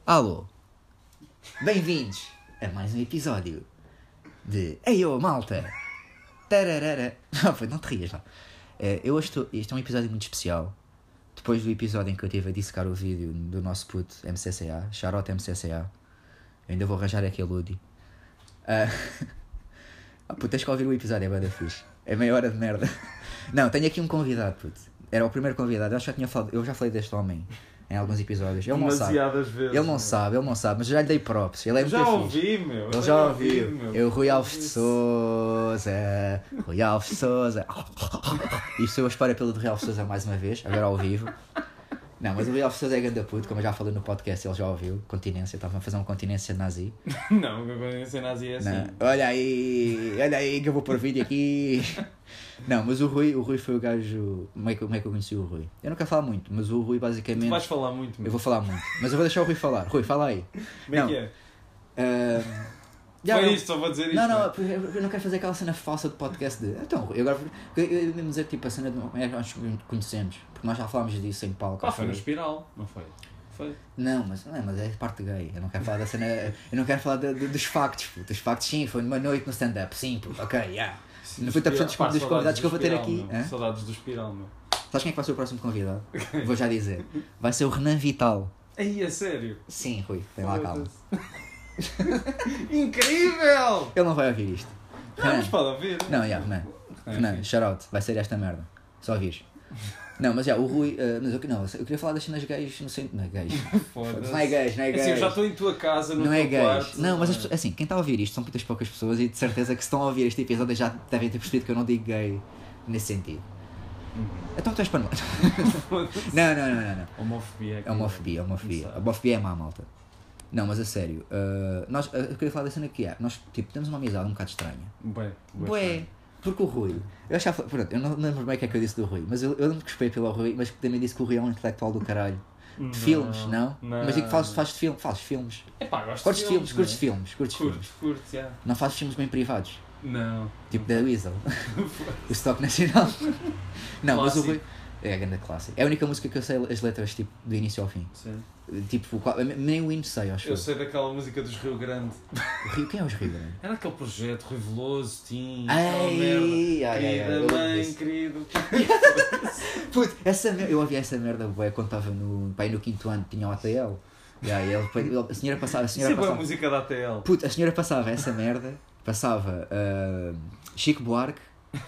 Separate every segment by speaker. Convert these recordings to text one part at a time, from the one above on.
Speaker 1: Alô, bem-vindos a mais um episódio de Ei ô malta! Tararara. Não te rias lá. Este é um episódio muito especial. Depois do episódio em que eu estive a dissecar o vídeo do nosso puto MCCA, Charote MCCA, eu ainda vou arranjar aquele Ludi. Puto, tens que ouvir o episódio, é bem fixe. É meia hora de merda. Não, tenho aqui um convidado, puto. Era o primeiro convidado. Eu já falei deste homem em alguns episódios. Ele não sabe.
Speaker 2: Vezes,
Speaker 1: ele não sabe, mas eu já lhe dei props. Ele é muito
Speaker 2: já
Speaker 1: fixe.
Speaker 2: ouvi, meu.
Speaker 1: Ele já ouviu. Eu, Rui Alves de Sousa. Rui Alves de Sousa. Isto eu espero pelo de Rui Alves de Sousa mais uma vez, agora ao vivo. Não, mas o Rui Alves de Sousa é ganda puto, como eu já falei no podcast, ele já ouviu. Continência, estava a fazer uma continência nazi.
Speaker 2: Não, a continência nazi é assim.
Speaker 1: Não. Olha aí que eu vou pôr vídeo aqui. Não, mas o Rui foi o gajo. Como é que eu conheci o Rui? Eu não quero falar muito, mas o Rui basicamente.
Speaker 2: Tu vais falar muito, meu.
Speaker 1: Eu vou falar muito, mas eu vou deixar o Rui falar. Rui, fala aí.
Speaker 2: Como é que é? Foi isto, só vou dizer isto.
Speaker 1: Não, eu não quero fazer aquela cena falsa de podcast de. Então, eu agora. Eu ia mesmo dizer tipo a cena de. Nós conhecemos, porque nós já falámos disso em palco.
Speaker 2: Foi no Espiral, não foi? Foi.
Speaker 1: Não, mas é parte gay. Eu não quero falar da cena. Eu não quero falar dos factos, puto. Os factos sim, foi numa noite no stand-up. Sim, puto, ok, yeah. 90% dos convidados que eu vou ter aqui.
Speaker 2: Saudades do Espiral, meu.
Speaker 1: Sabes quem é que vai ser o próximo convidado? Vou já dizer. Vai ser o Renan Vital.
Speaker 2: Aí, é sério?
Speaker 1: Sim, Rui, tem lá calma.
Speaker 2: Incrível!
Speaker 1: Ele não vai ouvir isto.
Speaker 2: Não, mas pode ouvir.
Speaker 1: Não, Renan, shout-out, vai ser esta merda. Só ouvires. Não, mas o Rui. Mas eu queria falar das cenas gays no centro. Não é gays.
Speaker 2: Foda-se.
Speaker 1: Não é gays.
Speaker 2: Assim, eu já estou em tua casa, no
Speaker 1: não
Speaker 2: teu
Speaker 1: é gays.
Speaker 2: quarto.
Speaker 1: Não, mas assim, quem está a ouvir isto são muitas poucas pessoas e de certeza que se estão a ouvir este episódio já devem ter percebido que eu não digo gay nesse sentido. Então tu és para nós. Não.
Speaker 2: Homofobia.
Speaker 1: É homofobia. Homofobia é má, malta. Não, mas a sério. Eu queria falar da cena que é. Nós temos uma amizade um bocado estranha. Bué. Porque o Rui, eu não lembro bem o que é que eu disse do Rui, mas eu lembro que gostei pelo Rui, mas também disse que o Rui é um intelectual do caralho. De filmes, não? Mas digo que fazes filmes.
Speaker 2: Epá, gosto
Speaker 1: curtes
Speaker 2: de filmes.
Speaker 1: Curtes filmes.
Speaker 2: Curto, já.
Speaker 1: Não fazes filmes bem privados.
Speaker 2: Não.
Speaker 1: Tipo da Weasel. O Stock Nacional. Não,
Speaker 2: Clássico.
Speaker 1: mas o Rui. É a grande clássica. É a única música que eu sei as letras, tipo, do início ao fim.
Speaker 2: Sim.
Speaker 1: Tipo, nem o hino sei, acho.
Speaker 2: Eu sei daquela música dos Rio Grande.
Speaker 1: Quem é os Rio Grande?
Speaker 2: Era aquele projeto, Rui Veloso, Tim,
Speaker 1: Querida
Speaker 2: mãe, querido.
Speaker 1: Puto, eu ouvi essa merda bué, quando estava no 5º ano, tinha o ATL. A senhora passava.
Speaker 2: Isso é boa a música da ATL.
Speaker 1: Puto, a senhora passava essa merda, passava Chico Buarque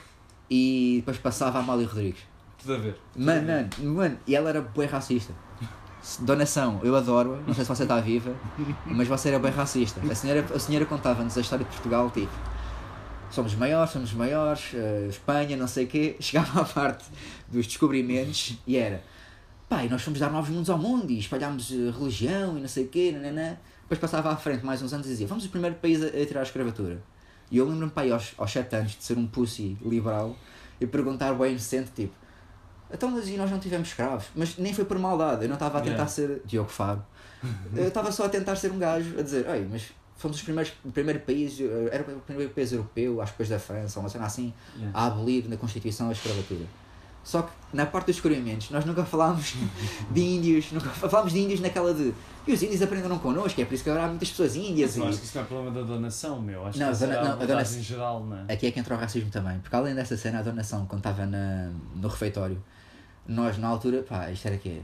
Speaker 1: e depois passava a Amália Rodrigues.
Speaker 2: Tudo a ver.
Speaker 1: Mano, e ela era bué racista. Donação, eu adoro-a, não sei se você está viva, mas você era bem racista. A senhora contava-nos a história de Portugal, tipo, somos maiores, Espanha, não sei o quê. Chegava à parte dos descobrimentos e era, e nós fomos dar novos mundos ao mundo e espalhámos religião e não sei o quê, nananã. Depois passava à frente mais uns anos e dizia, fomos o primeiro país a tirar a escravatura. E eu lembro-me, aos 7 anos, de ser um pussy liberal e perguntar bem inocente, tipo, então, mas e nós não tivemos escravos? Mas nem foi por maldade, eu não estava a tentar ser Diogo Faro. Eu estava só a tentar ser um gajo, a dizer, mas fomos o primeiro país, era o primeiro país europeu, acho que depois da França, ou uma cena assim, a abolir na Constituição a escravatura. Só que na parte dos descobrimentos, nós nunca falámos de índios, naquela de, e os índios aprenderam connosco, é por isso que agora há muitas pessoas índias.
Speaker 2: Eu acho que isso não é problema da donação, meu. Acho
Speaker 1: não,
Speaker 2: que
Speaker 1: a donação
Speaker 2: em geral, não é?
Speaker 1: Aqui é que entra o racismo também, porque além dessa cena, a donação, quando estava no refeitório, nós na altura, isto era o quê?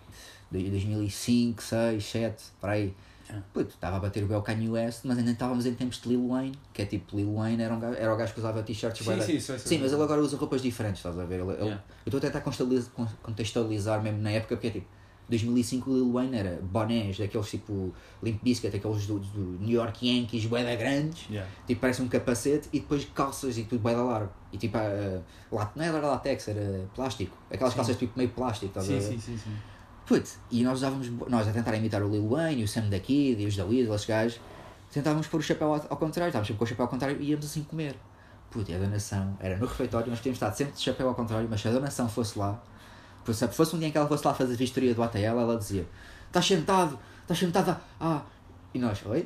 Speaker 1: 2005, 6, 7, por aí. Puto, estava a bater o bel Kanye West, mas ainda estávamos em tempos de Lil Wayne, que é tipo, Lil Wayne era o gajo que usava t-shirts. Sim, mas ele agora usa roupas diferentes, estás a ver? Eu estou a tentar contextualizar mesmo na época, porque é tipo, 2005 o Lil Wayne era bonés, daqueles tipo Limp Bizkit, aqueles do New York Yankees, bué grandes, tipo parece um capacete, e depois calças e tudo bué largo. E tipo, não era latex, era plástico, aquelas calças tipo meio plástico, estás a ver?
Speaker 2: Sim.
Speaker 1: Putz, e nós a tentar imitar o Lil Wayne, o Sam da Kid e os da Weasel, esses gajos, tentávamos pôr o chapéu ao contrário, estávamos sempre com o chapéu ao contrário e íamos assim comer. Putz, e a donação era no refeitório, nós tínhamos estado sempre de chapéu ao contrário, mas se a donação fosse lá, se fosse um dia em que ela fosse lá fazer a vistoria do ATL, ela dizia, estás sentado, e nós, oi?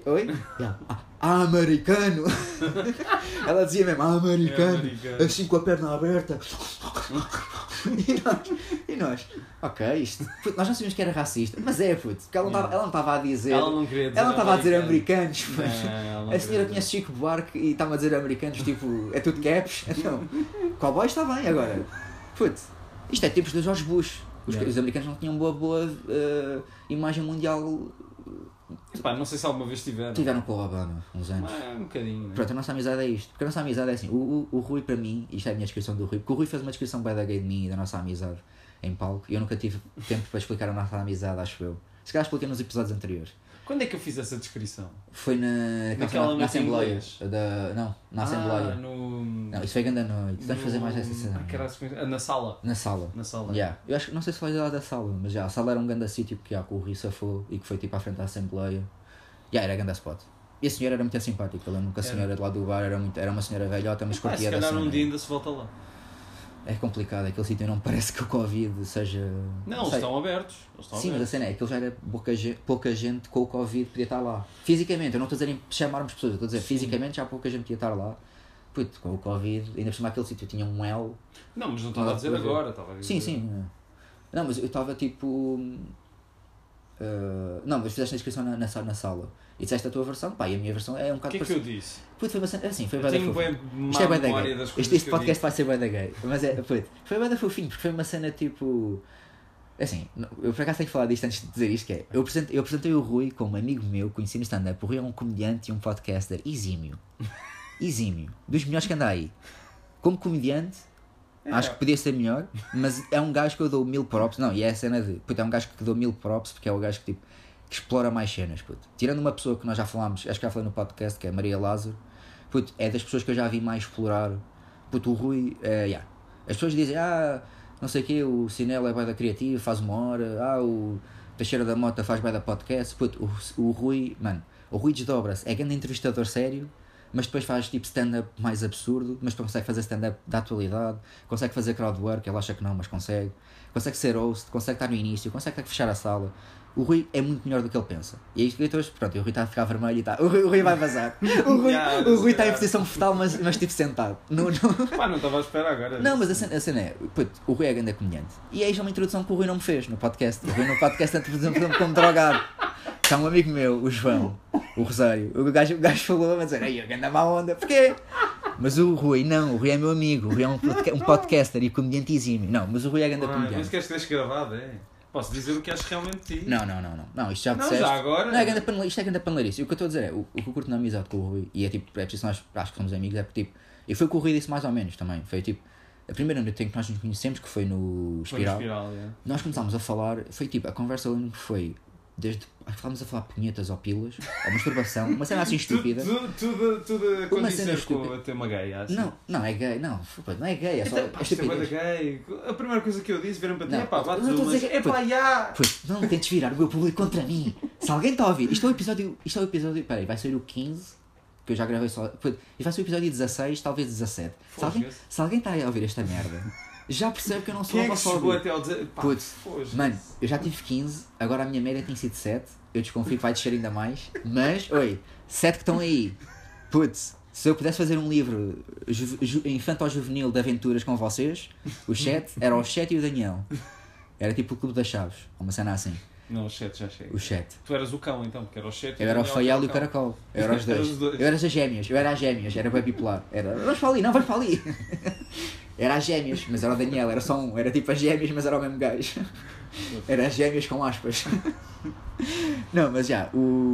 Speaker 1: Americano! Ela dizia mesmo, americano, assim com a perna aberta. E nós, ok, isto, puto, nós não sabíamos que era racista, mas é, puto, porque ela não estava a dizer.
Speaker 2: Ela não queria dizer.
Speaker 1: Ela não estava a dizer americanos,
Speaker 2: Não,
Speaker 1: a senhora conhece Chico Buarque e estava a dizer americanos, tipo, é tudo caps. Então, cowboy está bem agora. Puto, isto é tipos do George Bush. Os americanos não tinham boa imagem mundial.
Speaker 2: Epá, não sei se alguma vez tiveram.
Speaker 1: Tiveram com o Obama, uns anos.
Speaker 2: Um bocadinho. Né?
Speaker 1: Pronto, a nossa amizade é isto. Porque a nossa amizade é assim. O Rui, para mim, isto é a minha descrição do Rui, porque o Rui fez uma descrição bem da gay de mim e da nossa amizade em palco. E eu nunca tive tempo para explicar a nossa amizade, acho eu. Se calhar expliquei nos episódios anteriores.
Speaker 2: Quando é que eu fiz essa descrição?
Speaker 1: Foi na Assembleia. Na Assembleia. Não, isso foi grande noite. Tens de fazer mais essa cena.
Speaker 2: Na sala.
Speaker 1: Na sala. Yeah. Eu acho que não sei se foi lá da sala, mas já, a sala era um grande sítio que o Rui safou e que foi tipo à frente da Assembleia. Era grande spot. E a senhora era muito simpática. Eu lembro que a senhora de lá do bar era uma senhora velhota, mas curtia da cena.
Speaker 2: Se calhar um dia ainda se volta lá.
Speaker 1: É complicado, aquele sítio não parece que o Covid seja...
Speaker 2: Não, eles estão abertos.
Speaker 1: Sim, mas a cena é que já era pouca gente com o Covid podia estar lá. Fisicamente, eu não estou a dizer em chamarmos pessoas, eu estou a dizer fisicamente já pouca gente podia estar lá. Puto, com o Covid, ainda por cima aquele sítio tinha um L.
Speaker 2: Não, mas não estava a dizer agora, estava a dizer.
Speaker 1: Sim. Não, mas eu estava tipo... Não, mas fizeste a inscrição na sala. E disseste a tua versão, pá, e a minha versão é um bocado...
Speaker 2: O que é que eu disse?
Speaker 1: Puto, foi bastante... Assim, foi
Speaker 2: bué da fofinho. Isto é bué da gay.
Speaker 1: Este podcast vai ser bué da gay. Mas puto, foi bué da fofinho, porque foi uma cena tipo... Assim, eu por acaso tenho que falar disto antes de dizer isto, que é... Eu apresentei o Rui como um amigo meu, conheci no stand-up. O Rui é um comediante e um podcaster exímio. Dos melhores que anda aí. Como comediante... Acho que podia ser melhor, mas é um gajo que eu dou 1000 props. Não, e é a cena de... Puto, é um gajo que dou 1000 props porque é o gajo que tipo... que explora mais cenas, puto. Tirando uma pessoa que nós já falámos, acho que já falei no podcast, que é a Maria Lázaro, puto, é das pessoas que eu já vi mais explorar. Puto, o Rui, as pessoas dizem, não sei o quê, o Cinela é bué da criativo, faz uma hora, o Teixeira da Mota faz bué da podcast, puto, o Rui, mano, o Rui desdobra-se, é grande entrevistador sério, mas depois faz tipo stand-up mais absurdo, mas consegue fazer stand-up da atualidade, consegue fazer crowdwork, ele acha que não, mas consegue ser host, consegue estar no início, consegue fechar a sala. O Rui é muito melhor do que ele pensa. E aí, então, pronto, o Rui está a ficar vermelho e está. O Rui vai vazar. O Rui está em posição fetal, mas tipo sentado.
Speaker 2: Pá, não estava a esperar agora.
Speaker 1: Não, mas a cena é. Puto, o Rui é grande comediante. E aí já uma introdução que o Rui não me fez no podcast. O Rui no podcast introduziu-me como drogado. Está um amigo meu, o João, o Rosário. O gajo falou a dizer: ai, eu ando má onda. Porquê? Mas o Rui, não, o Rui é meu amigo. O Rui é um podcaster e comediante exímio. Não, mas o Rui é grande comediante.
Speaker 2: Mas queres que deixe gravado, é? Posso dizer o que achas realmente de ti?
Speaker 1: Não, isto já disseste.
Speaker 2: Já agora.
Speaker 1: Não, isto é grande panelarice. O que eu estou a dizer é, o que eu curto na amizade com o Rui, e é tipo, é preciso nós, acho que somos amigos, é porque tipo, e foi o que o Rui disse mais ou menos também, foi tipo, a primeira noite em que nós nos conhecemos, que foi no Espiral, nós começámos a falar, foi tipo, a conversa lembro que foi, desde, falámos a falar punhetas ou pilas, ou masturbação, uma cena assim estúpida.
Speaker 2: Tudo quando disseste com ter uma gay, assim.
Speaker 1: Não é gay, não é gay, é só
Speaker 2: estupidez. Gay. A primeira coisa que eu disse, viram para ti, bates
Speaker 1: umas,
Speaker 2: já!
Speaker 1: Pois, não tentes virar o meu público contra mim. Se alguém está a ouvir, isto é o episódio, peraí, vai ser o 15, que eu já gravei só, e vai ser o episódio 16, talvez 17. Se alguém está a ouvir esta merda, já percebe que eu não sou homofóbico. Mano, eu já tive 15, agora a minha média tem sido 7. Eu desconfio que vai descer ainda mais. Mas, 7 que estão aí. Putz, se eu pudesse fazer um livro infanto-juvenil de aventuras com vocês, os 7, era o 7 e o Daniel. Era tipo o Clube das Chaves, uma cena assim.
Speaker 2: Não, os 7 já chega.
Speaker 1: Os 7.
Speaker 2: Tu eras o cão então, porque era os 7.
Speaker 1: Eu era o Faial e o Caracol. Eu era os dois. Eu era as gêmeas, era bem bipolar. Vamos para ali. Era as gêmeas, mas era o Daniel, era só um. Era tipo as gêmeas, mas era o mesmo gajo. Era as gêmeas com aspas. Não, mas já,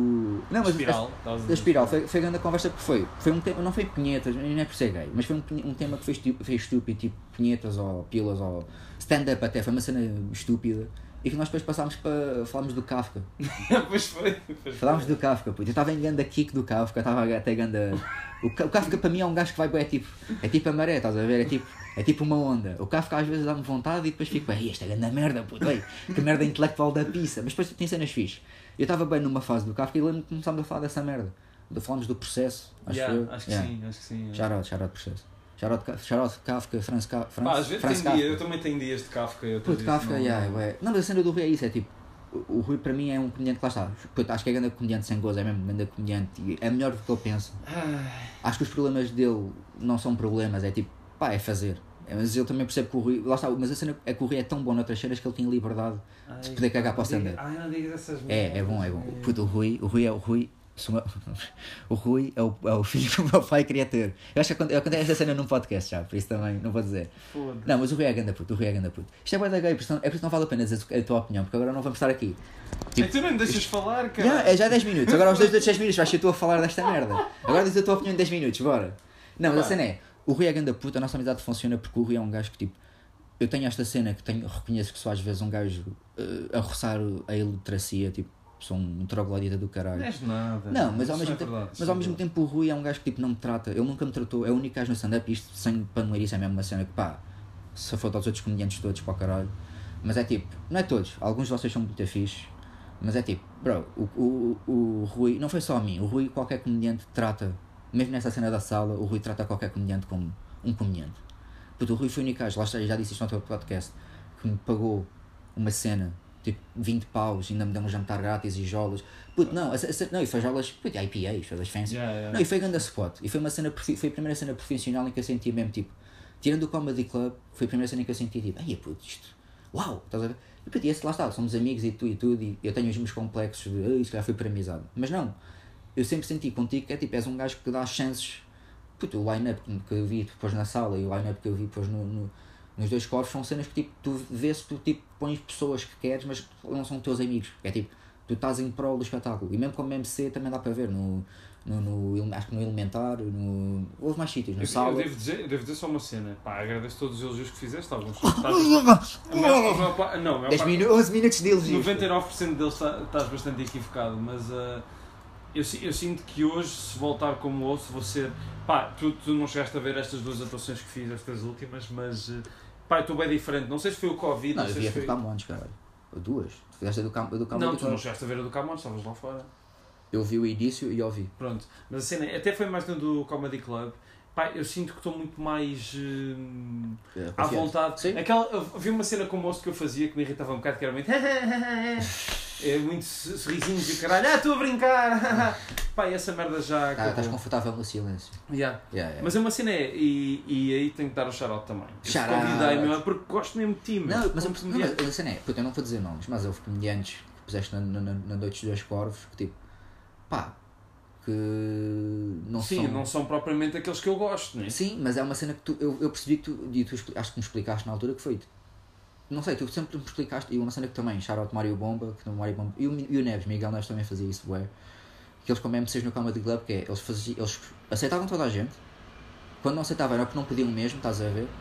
Speaker 1: a Espiral foi grande a conversa porque foi um tema, não foi punhetas, não é por ser gay, mas foi um tema que foi estúpido, tipo punhetas ou pilas ou stand-up até, foi uma cena estúpida. E que nós depois passámos para falarmos do Kafka.
Speaker 2: Pois foi.
Speaker 1: Falámos do Kafka, puto. Eu estava em ganda kick do Kafka, estava até ganda... O Kafka para mim é um gajo que vai bem, é tipo a maré, estás a ver? É tipo uma onda. O Kafka às vezes dá-me vontade e depois fico, esta é ganda merda, puto, que merda intelectual da pizza. Mas depois tem cenas fixe. Eu estava bem numa fase do Kafka e lembro-me que começámos a falar dessa merda. Falámos do processo,
Speaker 2: acho que sim.
Speaker 1: Shout-out processo. Shout-out Kafka, Franz Kafka.
Speaker 2: Às vezes tem dia, eu também tenho dias de Kafka.
Speaker 1: Puto, Kafka, não, mas a cena do Rui é isso, é tipo, o Rui para mim é um comediante que lá está. Puto, acho que é grande comediante sem gozo, é mesmo grande comediante e é melhor do que ele pensa. Acho que os problemas dele não são problemas, é tipo, é fazer. Mas eu também percebo que o Rui, lá está, mas a cena é que o Rui é tão bom noutras cenas que ele tem liberdade de poder cagar para o stand-up.
Speaker 2: Não digas essas
Speaker 1: É bom. Puto, o Rui é o filho que o meu pai queria ter. Eu acho que eu contei esta cena num podcast já, por isso também não vou dizer.
Speaker 2: Foda-se.
Speaker 1: Não, mas o Rui é ganda puto. Isto é bué da gay, por isso não vale a pena dizer a tua opinião, porque agora não vamos estar aqui.
Speaker 2: Tipo, tu não me deixas falar, cara.
Speaker 1: Já 10 minutos, agora aos 2 6 minutos vais ser tu a falar desta merda. Agora diz a tua opinião em 10 minutos, bora. Não, mas a cena é, o Rui é ganda puto, a nossa amizade funciona porque o Rui é um gajo que tipo, eu tenho esta cena que reconheço que sou às vezes um gajo a roçar a iliteracia, tipo, sou um troglodita do caralho.
Speaker 2: Não és nada.
Speaker 1: Não, mas ao mesmo tempo o Rui é um gajo que tipo, não me trata, ele nunca me tratou, é o único gajo no stand-up, isto sem paneleirice é mesmo uma cena que pá, se for aos outros comediantes todos para o caralho, mas é tipo, não é todos, alguns de vocês são muito fixes, mas é tipo, bro, o Rui, não foi só a mim, o Rui qualquer comediante trata, mesmo nessa cena da sala, o Rui trata qualquer comediante como um comediante. Puto, o Rui foi o único gajo, lá está, já disse isto no teu podcast, que me pagou uma cena, tipo 20 paus, ainda me deu um jantar grátis e jolas. Puto, não, e foi jolas, puto, IPAs, foi das fancy. Não, e foi grande spot. E foi uma cena, foi a primeira cena profissional em que eu senti mesmo, tipo, tirando o Comedy Club, foi a primeira cena em que eu senti, tipo, ai, puto, isto, uau, estás a ver? E puto, lá está, somos amigos e tudo, e eu tenho os meus complexos de, se calhar foi por amizade. Mas não, eu sempre senti contigo que é tipo, és um gajo que dá chances. Puto, o line-up que eu vi depois na sala e o line-up que eu vi depois nos dois corpos são cenas que tipo, tu vês que tu tipo, pões pessoas que queres, mas não são teus amigos. É tipo, tu estás em prol do espetáculo. E mesmo como MC também dá para ver acho que no Elementar, houve mais sítios, na sala.
Speaker 2: Eu devo dizer só uma cena. Pá, agradeço todos os elogios que fizeste. Alguns
Speaker 1: 11 minutos de elogios.
Speaker 2: 99% deles estás bastante equivocado, mas eu sinto que hoje, se voltar como ouço, vou ser... Pá, tu não chegaste a ver estas duas atuações que fiz, estas últimas, mas... Pá, eu estou bem diferente. Não sei se foi o Covid...
Speaker 1: Não, eu vi a do Camões, caralho. Duas. Tu fizeste a do Camões.
Speaker 2: Não, tu não chegaste a ver a do Camões, estavas lá fora.
Speaker 1: Eu vi o início e ouvi.
Speaker 2: Pronto. Mas a cena, até foi mais dentro do Comedy Club. Pá, eu sinto que estou muito mais à vontade.
Speaker 1: Sim.
Speaker 2: Havia uma cena com o moço que eu fazia que me irritava um bocado, que era muito... muito sorrisinhos e caralho, estou a brincar. Pá, e essa merda já acabou.
Speaker 1: Estás confortável no silêncio.
Speaker 2: Yeah. Mas é uma cena, e aí tenho que dar o shout-out também. Convidei-me, porque gosto mesmo de ti.
Speaker 1: Não, mas a cena é, puto, eu não vou dizer nomes, mas houve comediantes que puseste na Noite dos Dois Corvos que tipo, pá, que não
Speaker 2: Sim,
Speaker 1: são...
Speaker 2: não são propriamente aqueles que eu gosto, não é?
Speaker 1: Sim, mas é uma cena que eu percebi que tu acho que me explicaste na altura que foi, não sei, tu sempre me explicaste, e uma cena que também, shout-out Mário Bomba, e o Neves, Miguel Neves também fazia isso, bué, que eles como MCs no Comedy Club, que é, eles aceitavam toda a gente, quando não aceitavam era porque não podiam mesmo, estás a ver,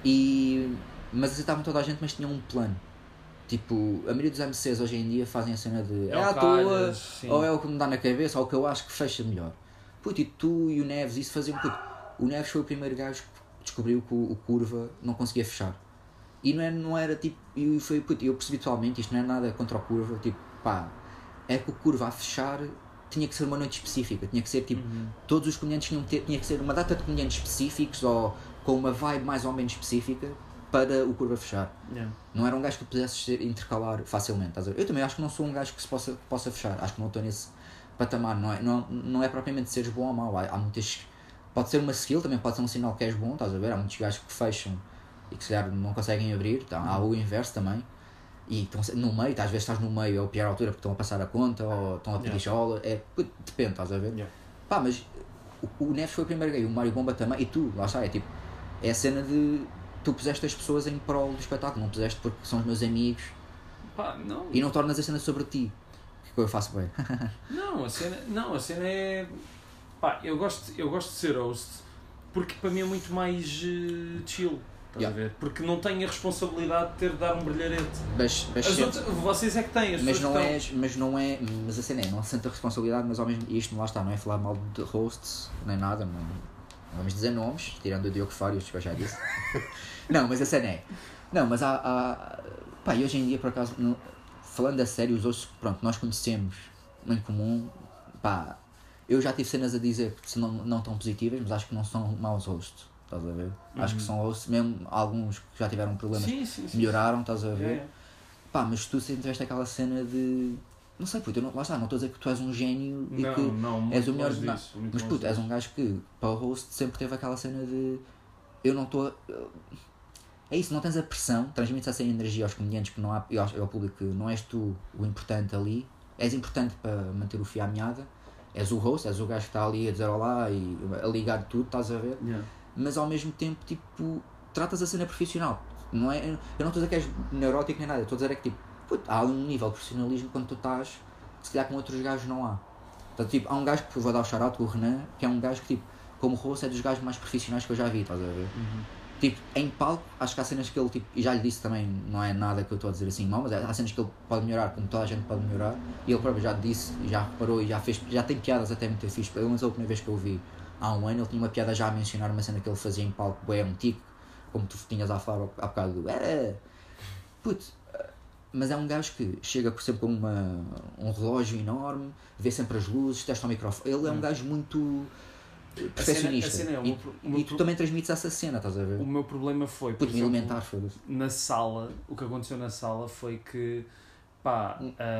Speaker 1: mas aceitavam toda a gente, mas tinham um plano. Tipo, a maioria dos MCs hoje em dia fazem a cena de à toa, ou é o que me dá na cabeça, ou o que eu acho que fecha melhor. Puto, e tu e o Neves, isso faziam puto. O Neves foi o primeiro gajo que descobriu que o Curva não conseguia fechar. E não era tipo, puto, eu percebi totalmente, isto não é nada contra o Curva, tipo, pá, é que o Curva a fechar tinha que ser uma noite específica, tinha que ser tipo, todos os comediantes tinha que ser uma data de comediantes específicos, ou com uma vibe mais ou menos específica, para o Curva fechar. Não era um gajo que pudesse intercalar facilmente, estás a ver? Eu também acho que não sou um gajo que se possa fechar, acho que não estou nesse patamar, não é propriamente seres bom ou mau, há muitas, pode ser uma skill, também pode ser um sinal que és bom, estás a ver? Há muitos gajos que fecham e que se calhar não conseguem abrir, então, há o inverso também, e estão no meio, às vezes estás no meio, é a pior altura porque estão a passar a conta, ou estão a pedir jola, depende, estás a ver? Pá, mas o Neves foi o primeiro gay, o Mário Bomba também, e tu, lá está, é tipo, é a cena de... Tu puseste as pessoas em prol do espetáculo, não puseste porque são os meus amigos.
Speaker 2: Pá, não.
Speaker 1: E não tornas a cena sobre ti, que eu faço bem.
Speaker 2: Não, a cena é... Pá, eu gosto de ser host porque para mim é muito mais chill, estás a ver? Porque não tenho a responsabilidade de ter de dar um brilharete. Vocês é que têm,
Speaker 1: mas a cena é, não sente a responsabilidade, mas ao mesmo isto lá está, não é falar mal de hosts, nem nada, não vamos dizer nomes, tirando o Diogo Fários, que eu já disse. Não, mas a cena é... Não, mas pá, e hoje em dia, por acaso, falando a sério, os outros, pronto, nós conhecemos em comum, pá, eu já tive cenas a dizer que não tão positivas, mas acho que não são maus hosts, estás a ver? Acho que são hosts, mesmo alguns que já tiveram problemas, melhoraram, estás a ver? Pá, mas tu sempre tiveste aquela cena de... Não sei, puto, lá está, não estou a dizer que tu és um gênio e que és o melhor de nada. Mas puto, és um gajo que, para o host, sempre teve aquela cena de... Eu não estou... é isso, não tens a pressão, transmites essa energia aos comediantes que não há, e ao público que não és tu o importante ali, és importante para manter o fio à meada, és o host, és o gajo que está ali a dizer olá e a ligar tudo, estás a ver?
Speaker 2: Yeah.
Speaker 1: Mas ao mesmo tempo, tipo, tratas a cena profissional. Não é, eu não estou a dizer que és neurótico nem nada, eu estou a dizer é que tipo, puto, há um nível de profissionalismo quando tu estás, se calhar com outros gajos não há. Portanto, tipo, há um gajo que vou dar o shout-out, o Renan, que é um gajo que tipo, como host é dos gajos mais profissionais que eu já vi, estás a ver? Tipo, em palco, acho que há cenas que ele, tipo, e já lhe disse também, não é nada que eu estou a dizer assim mal, mas há cenas que ele pode melhorar, como toda a gente pode melhorar, e ele próprio já disse, e já reparou, e já tem piadas até muito fixe. Pelo menos a última vez que eu vi, há um ano, ele tinha uma piada já a mencionar uma cena que ele fazia em palco, é um tico, como tu tinhas a falar há bocado do puto, mas é um gajo que chega por sempre com um relógio enorme, vê sempre as luzes, testa o microfone, ele é um gajo muito perfeccionista.
Speaker 2: A cena
Speaker 1: E tu também transmites essa cena, estás a ver?
Speaker 2: O meu problema foi, por
Speaker 1: Puto,
Speaker 2: exemplo,
Speaker 1: alimentar, foda-se.
Speaker 2: na sala, o que aconteceu na sala foi que, pá,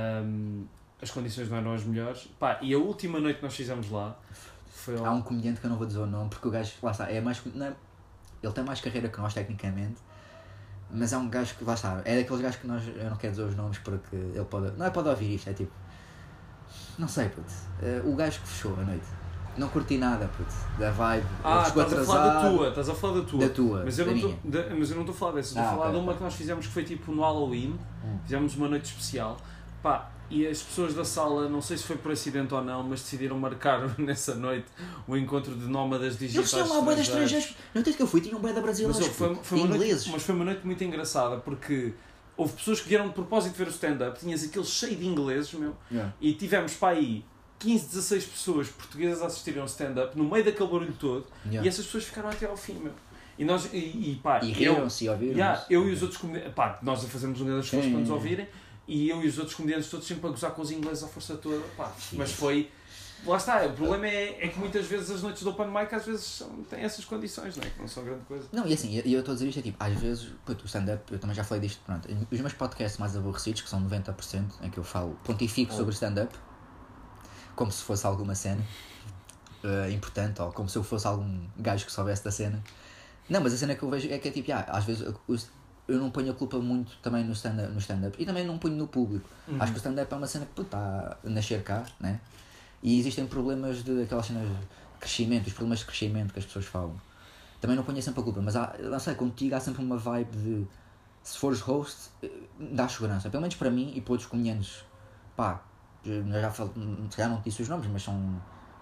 Speaker 2: as condições não eram as melhores, pá, e a última noite que nós fizemos lá foi...
Speaker 1: Há um comediante que eu não vou dizer o nome, porque o gajo, lá está, é mais... Não é, ele tem mais carreira que nós, tecnicamente, mas é um gajo que, lá está, é daqueles gajos que nós, eu não quero dizer os nomes porque ele pode, não é pode ouvir isto, é tipo, não sei, puto, o gajo que fechou a noite, não curti nada, puto, da vibe,
Speaker 2: estás a falar da tua, mas eu
Speaker 1: da
Speaker 2: não estou a falar dessa, estou a falar de uma
Speaker 1: okay.
Speaker 2: que nós fizemos que foi tipo no Halloween, fizemos uma noite especial, pá, e as pessoas da sala, não sei se foi por acidente ou não, mas decidiram marcar nessa noite o encontro de nómadas digitais.
Speaker 1: Eles tinham lá bué de estrangeiros. Não tem que eu fui, tinham bué de brasileiros.
Speaker 2: Mas foi uma noite muito engraçada porque houve pessoas que vieram de propósito ver o stand-up, tinhas aquele cheio de ingleses, meu, e tivemos para aí 15, 16 pessoas portuguesas a assistirem ao stand-up no meio daquele barulho todo, e essas pessoas ficaram até ao fim, meu. E nós, pá,
Speaker 1: riram-se e ouviram-se.
Speaker 2: Eu e os outros comediantes, pá, nós a fazermos um grande esforço para nos ouvirem. E eu e os outros comediantes todos sempre a gozar com os ingleses à força toda, pá. Mas foi... Lá está, o problema é que muitas vezes as noites do open mic às vezes têm essas condições, não é? Que não são grande coisa.
Speaker 1: Não, e assim, eu estou a dizer isto, é tipo, às vezes, puto, o stand-up, eu também já falei disto, pronto, os meus podcasts mais aborrecidos, que são 90%, em que eu falo, pontifico sobre stand-up, como se fosse alguma cena importante, ou como se eu fosse algum gajo que soubesse da cena. Não, mas a cena que eu vejo é que é tipo, às vezes... eu não ponho a culpa muito também no stand-up e também não ponho no público. Acho que o stand-up é uma cena que está a nascer cá, né? E existem problemas de aquelas cenas de crescimento, os problemas de crescimento que as pessoas falam. Também não ponho sempre a culpa, mas não sei, contigo há sempre uma vibe de, se fores host, dá segurança. Pelo menos para mim e para outros comediantes, pá, eu já falo, se calhar não te disse os nomes, mas são...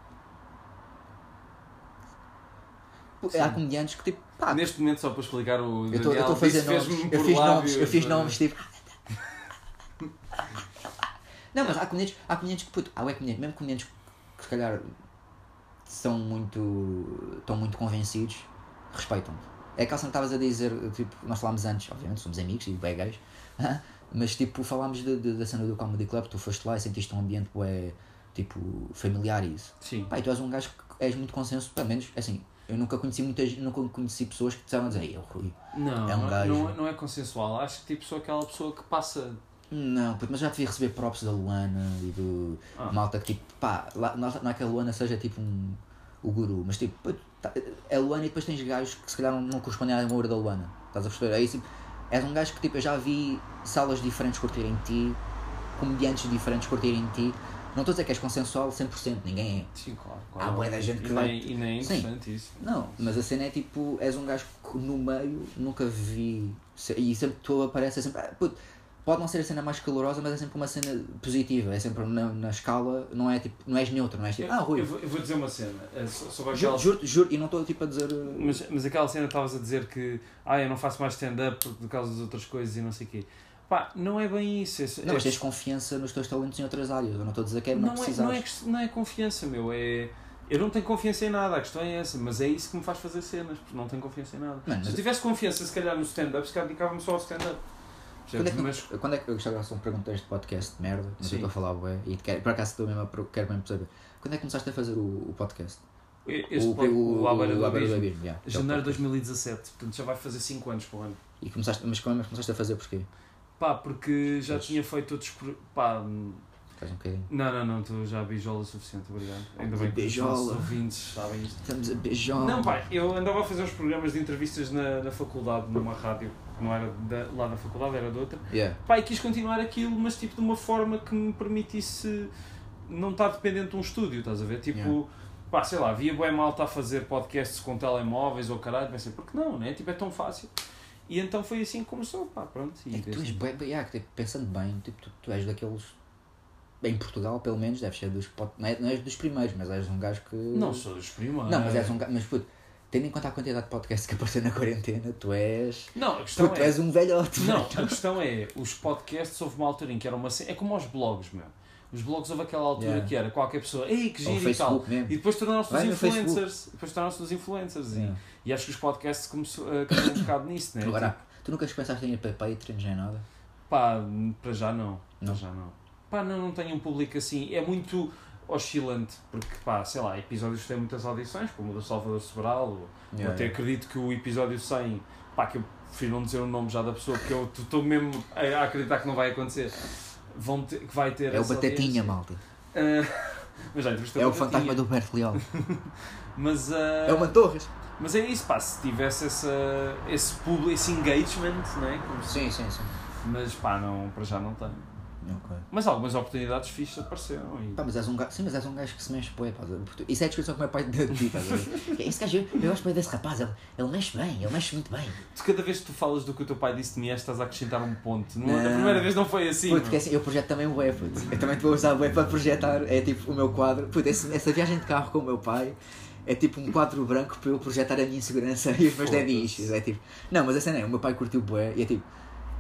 Speaker 1: Sim. Há comediantes que tipo, pá,
Speaker 2: neste momento, só para explicar, o Daniel
Speaker 1: eu estou a fazer nomes, eu fiz nomes tipo não, mas há comediantes que puto, mesmo comediantes que se calhar estão muito convencidos, respeitam-te. É aquela cena que estavas a dizer, tipo, nós falámos antes, obviamente somos amigos e bem gays, mas tipo, falámos da cena do Comedy Club, tu foste lá e sentiste um ambiente bué, tipo, familiar e isso.
Speaker 2: Sim.
Speaker 1: Pá, e tu és um gajo que és muito consenso, pelo menos, assim, eu nunca conheci pessoas que disseram a dizer, Rui,
Speaker 2: não,
Speaker 1: é um gajo...
Speaker 2: não é consensual, acho que tipo, sou aquela pessoa que passa...
Speaker 1: Não, mas já devia receber props da Luana e do malta que tipo, pá, não é que a Luana seja tipo o guru, mas tipo, é a Luana e depois tens gajos que se calhar não correspondem à amor da Luana, estás a perceber? É isso, és um gajo que tipo, eu já vi salas diferentes curtirem ti, comediantes diferentes curtirem ti. Não estou a dizer que és consensual 100%, ninguém é.
Speaker 2: Sim, claro.
Speaker 1: Há bué da gente que vai...
Speaker 2: E nem é interessante. Sim. Isso.
Speaker 1: Não, mas a cena é tipo, és um gajo que no meio nunca vi, e sempre que tu apareces é sempre, pode não ser a cena mais calorosa, mas é sempre uma cena positiva, é sempre na escala, não é tipo, não és neutro, não és tipo, Rui.
Speaker 2: Eu vou dizer uma cena, sobre
Speaker 1: aquela... Juro, e não estou tipo a dizer...
Speaker 2: Mas aquela cena estavas a dizer que, eu não faço mais stand-up por causa das outras coisas e não sei o quê. Pá, não é bem isso.
Speaker 1: Não, mas tens confiança nos teus talentos em outras áreas, eu não estou a dizer que não precisares.
Speaker 2: Não é confiança, meu, eu não tenho confiança em nada, a questão é essa, mas é isso que me faz fazer cenas, porque não tenho confiança em nada. Se eu tivesse confiança, se calhar, no stand-up, se calhar dedicava-me só ao stand-up.
Speaker 1: Quando é que eu gostava de perguntar este podcast de merda, mas eu estou a falar, ué, e por acaso quero mesmo saber, quando é que começaste a fazer o podcast?
Speaker 2: O À Beira do Abismo,
Speaker 1: yeah,
Speaker 2: janeiro de 2017, portanto já vai fazer 5 anos para o ano.
Speaker 1: Mas quando começaste a fazer porquê?
Speaker 2: Pá, porque já tinha feito outros... Pá,
Speaker 1: faz um bocadinho.
Speaker 2: Não, tu já beijola o suficiente, obrigado. Ainda bem que os nossos ouvintes sabem isto.
Speaker 1: Estamos a beijola.
Speaker 2: Não, pá, eu andava a fazer os programas de entrevistas na faculdade, numa rádio, porque não era lá da faculdade, era de outra.
Speaker 1: Yeah.
Speaker 2: Pá, e quis continuar aquilo, mas tipo de uma forma que me permitisse não estar dependente de um estúdio, estás a ver? Tipo, pá, sei lá, havia bué malta a fazer podcasts com telemóveis ou caralho, pensei, porque não, né? Tipo, é tão fácil. E então foi assim que começou, pá, pronto. E
Speaker 1: tu és bué, pensando bem, tipo, tu és daqueles... Em Portugal, pelo menos, deves ser dos... Não és dos primeiros, mas és um gajo que...
Speaker 2: Não sou dos primeiros.
Speaker 1: Não, mas és um gajo... Mas, puto, tendo em conta a quantidade de podcasts que apareceu na quarentena, tu és...
Speaker 2: Não, a questão
Speaker 1: tu és um velhote.
Speaker 2: Não, a questão é, os podcasts houve uma altura em que era uma... É como aos blogs, meu. Os blogs houve aquela altura que era qualquer pessoa, ei, que giro e tal. Mesmo. E depois tornaram-se dos influencers. E acho que os podcasts caíram um bocado nisso, né?
Speaker 1: Agora, tu nunca pensaste em ir para Patreon, já é nada?
Speaker 2: Pá, para já não. Para já não. Pá, não tenho um público assim, é muito oscilante, porque pá, sei lá, episódios têm muitas audições, como o do Salvador Sobral, ou até acredito que o episódio 100, pá, que eu prefiro não dizer o nome já da pessoa, porque eu estou mesmo a acreditar que não vai acontecer, que vai ter...
Speaker 1: É o Batatinha, malta.
Speaker 2: Mas já
Speaker 1: é o fantasma do Berto Leal.
Speaker 2: Mas,
Speaker 1: é uma Torres.
Speaker 2: Mas é isso, pá, se tivesse esse público, esse engagement, não é?
Speaker 1: Sim.
Speaker 2: Mas pá, não, para já não tenho.
Speaker 1: Okay.
Speaker 2: Mas algumas oportunidades fixas apareceram. E...
Speaker 1: Pá, mas és um gajo que se mexe bem, pá. Isso é a descrição que o meu pai deu de ti, estás a ver? Esse gajo, eu gosto bem desse rapaz, ele mexe bem, ele mexe muito bem.
Speaker 2: Tu, cada vez que tu falas do que o teu pai disse de mim, estás a acrescentar um ponto. Não. A primeira vez não foi assim.
Speaker 1: Porque assim, eu projeto também o web, eu também estou a usar o web para projetar, é tipo o meu quadro. Puto, essa viagem de carro com o meu pai é tipo um quadro branco para eu projetar a minha insegurança e os meus dead issues. É tipo, não, mas assim não é, o meu pai curtiu o bué e é tipo,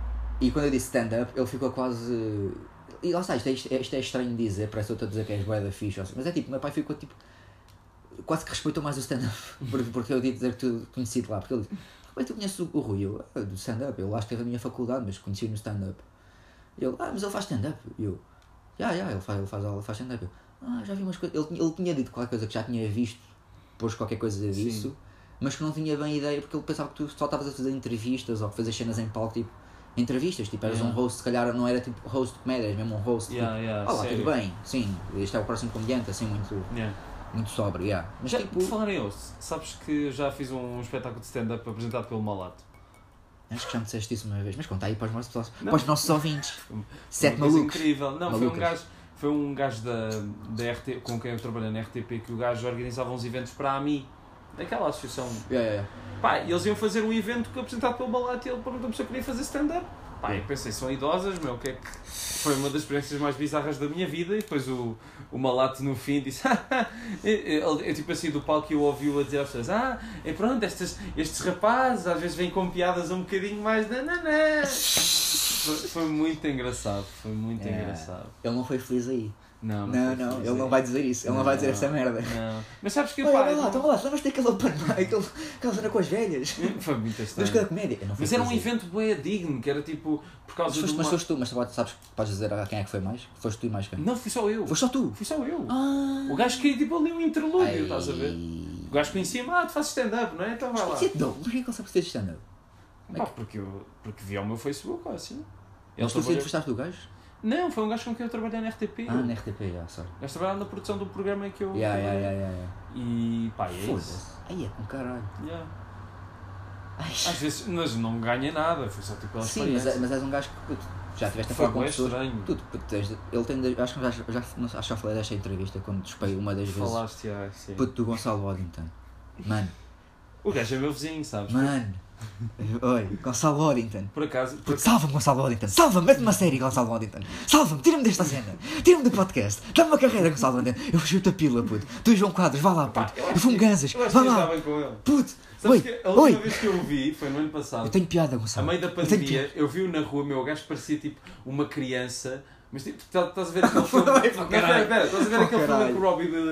Speaker 1: e quando eu disse stand-up, ele ficou quase. E lá está, isto é estranho de dizer, parece que eu estou a dizer que és bué da fixe, mas é tipo, meu pai ficou tipo, quase que respeitou mais o stand-up, porque eu disse dizer que tu conheci lá, porque ele disse, bem, tu conheces o Rui? Eu, do stand-up, ele lá esteve na minha faculdade, mas conheci-o no stand-up. Ele, mas ele faz stand-up. E eu, ele faz stand-up. Eu, já vi umas coisas, ele tinha dito qualquer coisa que já tinha visto, pôs qualquer coisa disso, sim, mas que não tinha bem ideia, porque ele pensava que tu só estavas a fazer entrevistas ou que fazias cenas em palco, tipo, entrevistas, tipo, eras um host, se calhar não era tipo host de comédia, era mesmo um host, tipo, olá, tudo bem, sim, este é o próximo comediante, assim, muito sóbrio, mas
Speaker 2: já,
Speaker 1: tipo...
Speaker 2: Por falar em host, sabes que já fiz um espetáculo de stand-up apresentado pelo Malato?
Speaker 1: Acho que já me disseste isso uma vez, mas conta aí para os nossos ouvintes. 7 malucos.
Speaker 2: Incrível, não, foi um gajo da RT, com quem eu trabalhei na RTP, que o gajo organizava uns eventos para a AMI, daquela associação. Pá, e eles iam fazer um evento apresentado pelo Malato e ele perguntou-me se eu queria fazer stand-up. Pá, eu pensei, são idosas, meu, que é que... Foi uma das experiências mais bizarras da minha vida. E depois o Malato no fim disse... eu tipo assim do palco e eu ouvi-o a dizer às pessoas... e pronto, estes rapazes às vezes vêm com piadas um bocadinho mais... Foi muito engraçado, engraçado.
Speaker 1: Ele não foi feliz aí.
Speaker 2: Não,
Speaker 1: ele não vai dizer isso, ele não vai dizer essa merda.
Speaker 2: Não. Mas sabes que
Speaker 1: o pai... Então lá, lembras de ter aquele open mic, aquela cena com as velhas?
Speaker 2: Foi muito estranho.
Speaker 1: Mas da comédia.
Speaker 2: Mas era um evento bem digno, que era tipo, por causa
Speaker 1: mas foste tu, mas sabes, podes dizer a quem é que foi mais? Foste tu e mais quem?
Speaker 2: Não, fui só eu.
Speaker 1: Foste só tu?
Speaker 2: Fui só eu. O gajo queria tipo ali um interlúdio, estás a ver? O gajo conhecia-me, tu fazes stand-up, não é? Então vai lá.
Speaker 1: Não, mas porquê que ele sabe que fazes stand-up?
Speaker 2: Porque vi ao meu Facebook, ou assim.
Speaker 1: Mas tu entrevistaste do gajo?
Speaker 2: Não, foi um gajo com quem eu trabalhei na RTP.
Speaker 1: Na RTP, sorry.
Speaker 2: O gajo trabalhava na produção do programa em que eu... E pá, é isso.
Speaker 1: Aí é com caralho.
Speaker 2: Às vezes, mas não ganha nada, foi só tipo a experiência.
Speaker 1: Sim, mas és um gajo que já tiveste a falar com pessoas.
Speaker 2: Estranho.
Speaker 1: Ele tem, acho que já falei desta entrevista quando despei uma das vezes.
Speaker 2: Falaste, sim.
Speaker 1: Puto do Gonçalo Waddington. Mano.
Speaker 2: O gajo é meu vizinho, sabes?
Speaker 1: Mano. Oi, Gonçalo Waddington.
Speaker 2: Por acaso.
Speaker 1: Salva-me, Gonçalo Waddington. Salva-me, mete-me uma série, Gonçalo Waddington. Salva-me, tira-me desta cena. Tira-me do podcast. Dá-me uma carreira, Gonçalo Waddington. Eu fugi-te a pila, puto. Tu e João Quadros, vá lá, puto. Eu fumo ganzas. Vá lá. Puto.
Speaker 2: Sabes que a última vez que eu o vi foi no ano passado.
Speaker 1: Eu tenho piada, Gonçalo.
Speaker 2: A meio da pandemia, eu vi-o na rua, meu gajo parecia tipo uma criança. Mas tipo, estás a ver aquele filme. Estás a ver aquele filme com o Robbie Williams.